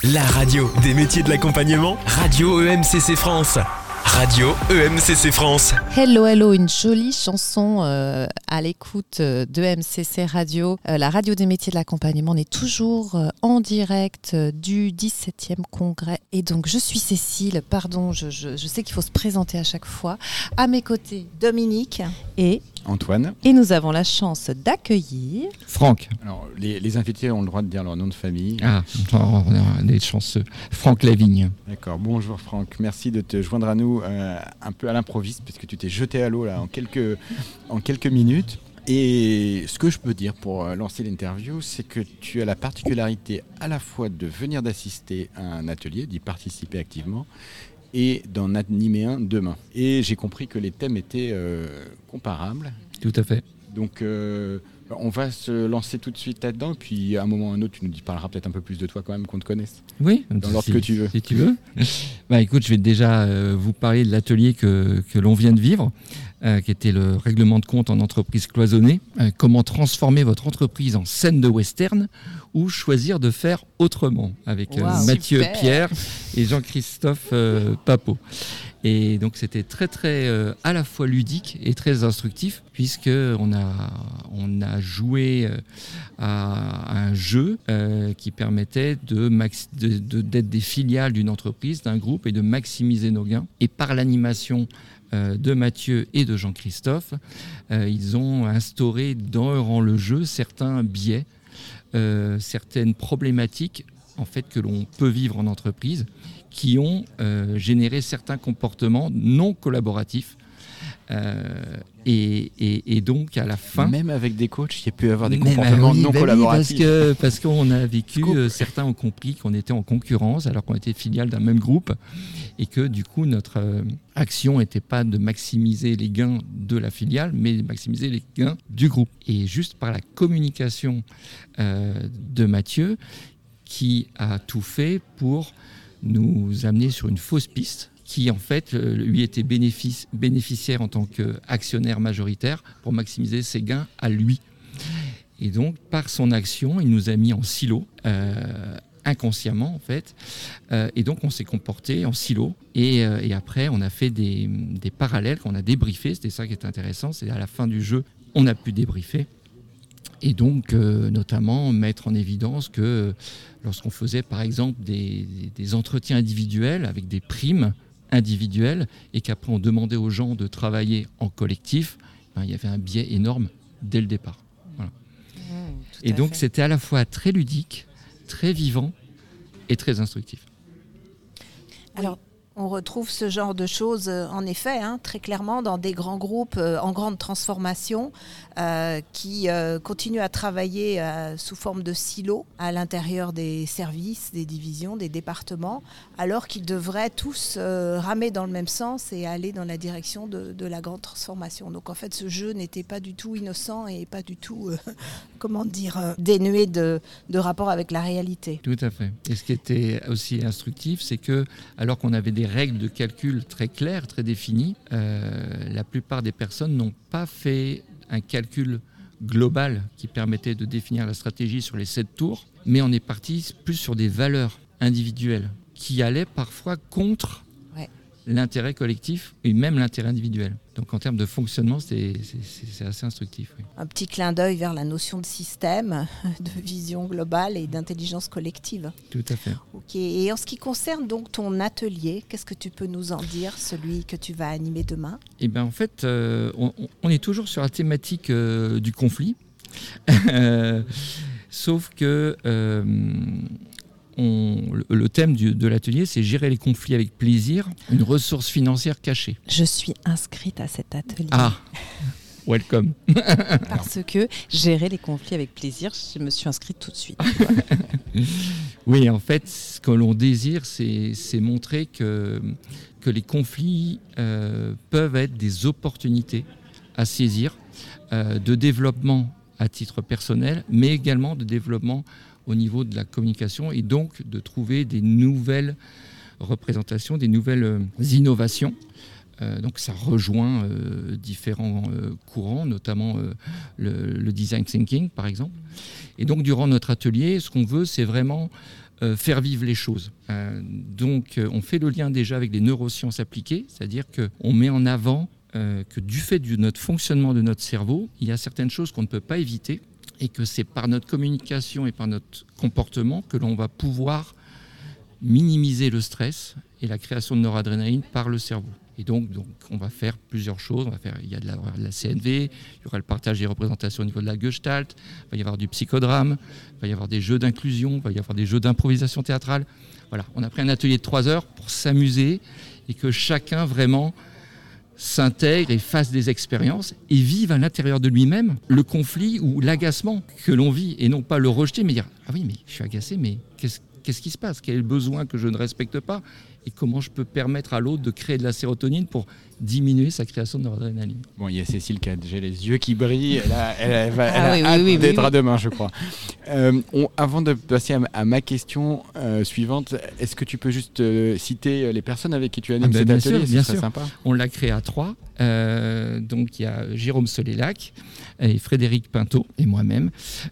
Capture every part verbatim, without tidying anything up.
La radio des métiers de l'accompagnement, Radio E M C C France. Radio E M C C France. Hello, hello, une jolie chanson euh, à l'écoute de E M C C Radio. Euh, la radio des métiers de l'accompagnement, on est toujours euh, en direct euh, du dix-septième congrès. Et donc, je suis Cécile, pardon, je, je, je sais qu'il faut se présenter à chaque fois. À mes côtés, Dominique et Antoine. Et nous avons la chance d'accueillir Franck. Alors, les, les invités ont le droit de dire leur nom de famille. Ah, on est chanceux. Franck Lavigne. D'accord, bonjour Franck. Merci de te joindre à nous euh, un peu à l'improviste, parce que tu t'es jeté à l'eau là en quelques, en quelques minutes. Et ce que je peux dire pour lancer l'interview, c'est que tu as la particularité à la fois de venir d'assister à un atelier, d'y participer activement, et d'en animer un demain. Et j'ai compris que les thèmes étaient euh, comparables. Tout à fait. Donc euh, on va se lancer tout de suite là-dedans, puis à un moment ou à un autre, tu nous parleras peut-être un peu plus de toi quand même, qu'on te connaisse. Oui, dans l'ordre si, que tu veux. Si tu veux. Bah, écoute, je vais déjà euh, vous parler de l'atelier que, que l'on vient de vivre, euh, qui était le règlement de compte en entreprise cloisonnée. Euh, comment transformer votre entreprise en scène de western ou choisir de faire autrement, avec wow, euh, Mathieu super. Pierre et Jean-Christophe euh, Papot. Et donc c'était très très euh, à la fois ludique et très instructif, puisque on a on a joué euh, à, à un jeu euh, qui permettait de, max, de, de d'être des filiales d'une entreprise, d'un groupe, et de maximiser nos gains. Et par l'animation euh, de Mathieu et de Jean-Christophe, euh, ils ont instauré dans le jeu certains biais, euh, certaines problématiques en fait que l'on peut vivre en entreprise, qui ont euh, généré certains comportements non collaboratifs. Euh, et, et, et donc, à la fin... Même avec des coachs, il y a pu avoir des Même, comportements oui, non bah collaboratifs. Oui, parce, que, parce qu'on a vécu, euh, certains ont compris qu'on était en concurrence, alors qu'on était filiale d'un même groupe, et que du coup, notre euh, action n'était pas de maximiser les gains de la filiale, mais de maximiser les gains du groupe. Et juste par la communication euh, de Mathieu, qui a tout fait pour nous amener sur une fausse piste, qui en fait lui était bénéfice, bénéficiaire en tant qu'actionnaire majoritaire pour maximiser ses gains à lui. Et donc par son action, il nous a mis en silo, euh, inconsciemment en fait, euh, et donc on s'est comporté en silo. Et, euh, et après on a fait des, des parallèles qu'on a débriefés, c'était ça qui est intéressant, c'est à la fin du jeu, on a pu débriefer. Et donc, euh, notamment, mettre en évidence que euh, lorsqu'on faisait, par exemple, des, des entretiens individuels avec des primes individuelles et qu'après on demandait aux gens de travailler en collectif, ben, il y avait un biais énorme dès le départ. Voilà. Mmh, et donc, fait. c'était à la fois très ludique, très vivant et très instructif. Alors, on retrouve ce genre de choses, euh, en effet, hein, très clairement, dans des grands groupes euh, en grande transformation euh, qui euh, continuent à travailler euh, sous forme de silos à l'intérieur des services, des divisions, des départements, alors qu'ils devraient tous euh, ramer dans le même sens et aller dans la direction de, de la grande transformation. Donc, en fait, ce jeu n'était pas du tout innocent et pas du tout, euh, comment dire, euh, dénué de, de rapport avec la réalité. Tout à fait. Et ce qui était aussi instructif, c'est que, alors qu'on avait des règles de calcul très claires, très définies, euh, la plupart des personnes n'ont pas fait un calcul global qui permettait de définir la stratégie sur les sept tours, mais on est parti plus sur des valeurs individuelles qui allaient parfois contre ouais. l'intérêt collectif et même l'intérêt individuel. Donc en termes de fonctionnement, c'est, c'est, c'est assez instructif. Oui. Un petit clin d'œil vers la notion de système, de vision globale et d'intelligence collective. Tout à fait. Ok. Et en ce qui concerne donc ton atelier, qu'est-ce que tu peux nous en dire, celui que tu vas animer demain ? Eh bien en fait, euh, on, on est toujours sur la thématique euh, du conflit, sauf que euh, On, le, le thème du, de l'atelier, c'est gérer les conflits avec plaisir, une ressource financière cachée. Je suis inscrite à cet atelier. Ah, welcome. Parce que gérer les conflits avec plaisir, je me suis inscrite tout de suite. Oui, en fait, ce que l'on désire, c'est, c'est montrer que, que les conflits euh, peuvent être des opportunités à saisir, euh, de développement à titre personnel, mais également de développement au niveau de la communication, et donc de trouver des nouvelles représentations, des nouvelles euh, innovations. Euh, donc ça rejoint euh, différents euh, courants, notamment euh, le, le design thinking par exemple. Et donc durant notre atelier, ce qu'on veut, c'est vraiment euh, faire vivre les choses. Euh, donc, euh, on fait le lien déjà avec les neurosciences appliquées, c'est-à-dire qu'on met en avant euh, que du fait de notre fonctionnement de notre cerveau, il y a certaines choses qu'on ne peut pas éviter et que c'est par notre communication et par notre comportement que l'on va pouvoir minimiser le stress et la création de noradrénaline par le cerveau. Et donc, donc, on va faire plusieurs choses. On va faire, il y a de la, de la C N V, il y aura le partage des représentations au niveau de la Gestalt, il va y avoir du psychodrame, il va y avoir des jeux d'inclusion, il va y avoir des jeux d'improvisation théâtrale. Voilà, on a pris un atelier de trois heures pour s'amuser et que chacun vraiment s'intègre et fasse des expériences et vive à l'intérieur de lui-même le conflit ou l'agacement que l'on vit et non pas le rejeter, mais dire « Ah oui, mais je suis agacé, mais qu'est-ce, qu'est-ce qui se passe ? Quel est le besoin que je ne respecte pas ? Et comment je peux permettre à l'autre de créer de la sérotonine pour diminuer sa création de noradrénaline ?» Bon, il y a Cécile qui a déjà les yeux qui brillent. Elle a, elle a, elle va, Ah elle a oui, hâte oui, oui, d'être oui, à oui. demain, je crois. Euh, on, avant de passer à, à ma question euh, suivante, est-ce que tu peux juste euh, citer les personnes avec qui tu animes Ah ben, cet bien atelier ? sûr, Ce bien serait sûr. sympa. On l'a créé à trois. Euh, donc il y a Jérôme Solélac et Frédéric Pinto et moi-même.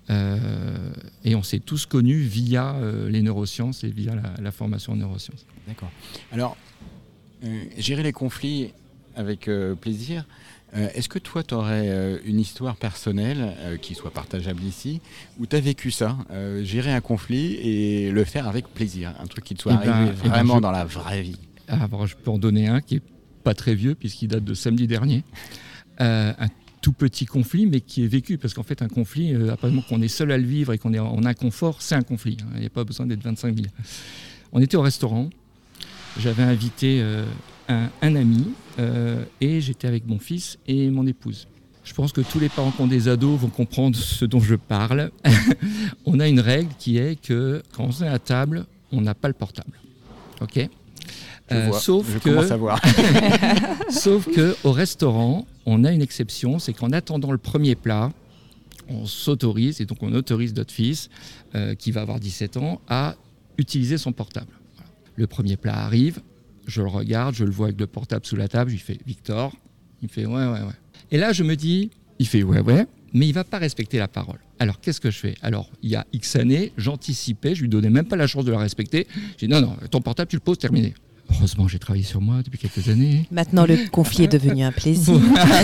Euh, et on s'est tous connus via euh, les neurosciences et via la, la formation en neurosciences. D'accord. Alors, euh, gérer les conflits avec euh, plaisir. Euh, est-ce que toi, tu aurais euh, une histoire personnelle euh, qui soit partageable ici, où tu as vécu ça, euh, gérer un conflit et le faire avec plaisir, un truc qui te soit Eh ben, arrivé eh ben, vraiment je- dans la vraie vie? Ah, bon, je peux en donner un qui est pas très vieux puisqu'il date de samedi dernier. Euh, un tout petit conflit, mais qui est vécu. Parce qu'en fait, un conflit, euh, à partir du moment qu'on est seul à le vivre et qu'on est en inconfort, c'est un conflit. hein. Il n'y a pas besoin d'être vingt-cinq mille. On était au restaurant. J'avais invité euh, un, un ami euh, et j'étais avec mon fils et mon épouse. Je pense que tous les parents qui ont des ados vont comprendre ce dont je parle. On a une règle qui est que quand on est à table, on n'a pas le portable. OK ? Je Euh, vois, sauf je que, commence à voir. sauf que au restaurant, on a une exception, c'est qu'en attendant le premier plat, on s'autorise, et donc on autorise notre fils, euh, qui va avoir dix-sept ans, à utiliser son portable. Voilà. Le premier plat arrive, je le regarde, je le vois avec le portable sous la table, je lui fais « Victor ?» Il me fait « Ouais, ouais, ouais ». Et là, je me dis, il fait « Ouais, ouais », mais il ne va pas respecter la parole. Alors, qu'est-ce que je fais ? Alors, il y a X années, j'anticipais, je lui donnais même pas la chance de la respecter. J'ai dit « Non, non, ton portable, tu le poses, terminé ». Heureusement, j'ai travaillé sur moi depuis quelques années. Maintenant, le conflit est devenu un plaisir.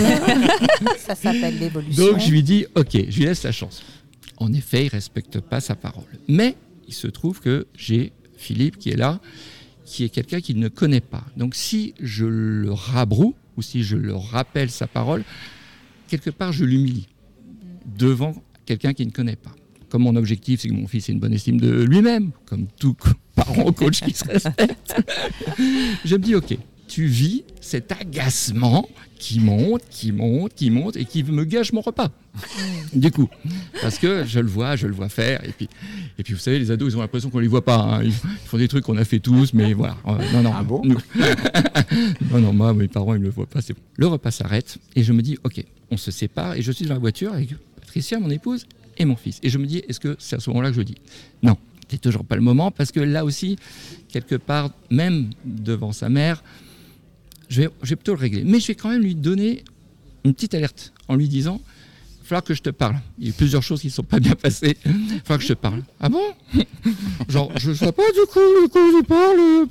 Ça s'appelle l'évolution. Donc, je lui dis, OK, je lui laisse la chance. En effet, il ne respecte pas sa parole. Mais il se trouve que j'ai Philippe qui est là, qui est quelqu'un qu'il ne connaît pas. Donc, si je le rabroue ou si je le rappelle sa parole, quelque part, je l'humilie devant quelqu'un qui ne connaît pas. Comme mon objectif, c'est que mon fils ait une bonne estime de lui-même, comme tout parent coach qui se respecte, je me dis, OK, tu vis cet agacement qui monte, qui monte, qui monte et qui me gâche mon repas. Du coup, parce que je le vois, je le vois faire. Et puis, et puis vous savez, les ados, ils ont l'impression qu'on ne les voit pas. hein. Ils font des trucs qu'on a fait tous, mais voilà. Euh, non, non. Ah bon nous- non, non, moi, mes parents, ils ne le voient pas. C'est bon. Le repas s'arrête et je me dis, OK, on se sépare et je suis dans la voiture avec Patricia, mon épouse, et mon fils. Et je me dis, est-ce que c'est à ce moment-là que je dis non, c'est toujours pas le moment, parce que là aussi, quelque part, même devant sa mère, je vais, je vais plutôt le régler. Mais je vais quand même lui donner une petite alerte en lui disant, il va falloir que je te parle. Il y a eu plusieurs choses qui ne sont pas bien passées. Il va falloir que je te parle. Ah bon? Genre, je ne sais pas du coup de quoi je parle,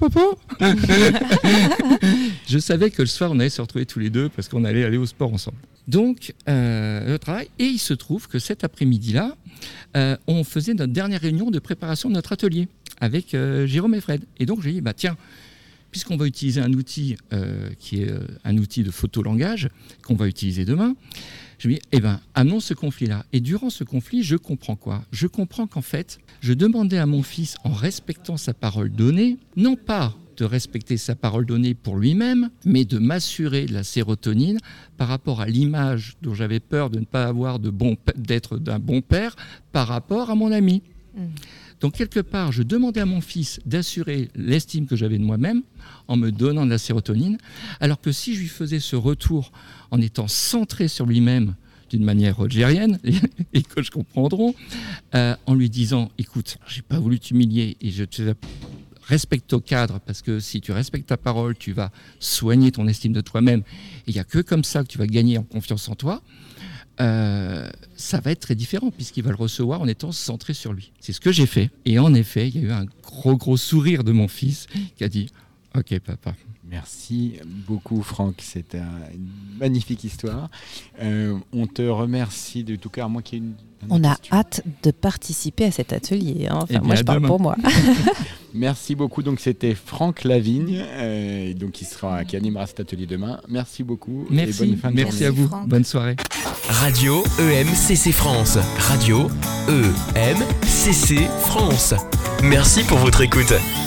papa. Je savais que le soir, on allait se retrouver tous les deux parce qu'on allait aller au sport ensemble. Donc, euh, le travail. Et il se trouve que cet après-midi-là, euh, on faisait notre dernière réunion de préparation de notre atelier avec euh, Jérôme et Fred. Et donc, j'ai dit, bah tiens, puisqu'on va utiliser un outil euh, qui est euh, un outil de photolangage qu'on va utiliser demain, je me dis, eh ben, amenons ce conflit-là. Et durant ce conflit, je comprends quoi ? Je comprends qu'en fait, je demandais à mon fils, en respectant sa parole donnée, non pas de respecter sa parole donnée pour lui-même, mais de m'assurer de la sérotonine par rapport à l'image dont j'avais peur de ne pas avoir de bon, d'être d'un bon père par rapport à mon ami. Mmh. Donc, quelque part, je demandais à mon fils d'assurer l'estime que j'avais de moi-même en me donnant de la sérotonine, alors que si je lui faisais ce retour en étant centré sur lui-même d'une manière rogérienne, et que je comprendront, euh, en lui disant, écoute, j'ai pas voulu t'humilier et je te respecte au cadre, parce que si tu respectes ta parole, tu vas soigner ton estime de toi-même, et il n'y a que comme ça que tu vas gagner en confiance en toi. euh, ça va être très différent puisqu'il va le recevoir en étant centré sur lui. C'est ce que j'ai fait. Et en effet, il y a eu un gros, gros sourire de mon fils qui a dit « Ok, papa ». Merci beaucoup Franck, c'est un, une magnifique histoire. Euh, on te remercie de tout cœur. Moi qui ai une, une On a question. hâte de participer à cet atelier. Hein. Enfin, Eh bien, moi, je parle demain. pour moi. Merci beaucoup. Donc c'était Franck Lavigne, euh, donc qui sera, qui animera cet atelier demain. Merci beaucoup. Et Merci, bonne fin de merci journée. à vous. Franck. Bonne soirée. Radio E M C C France. Radio E M C C France. Merci pour votre écoute.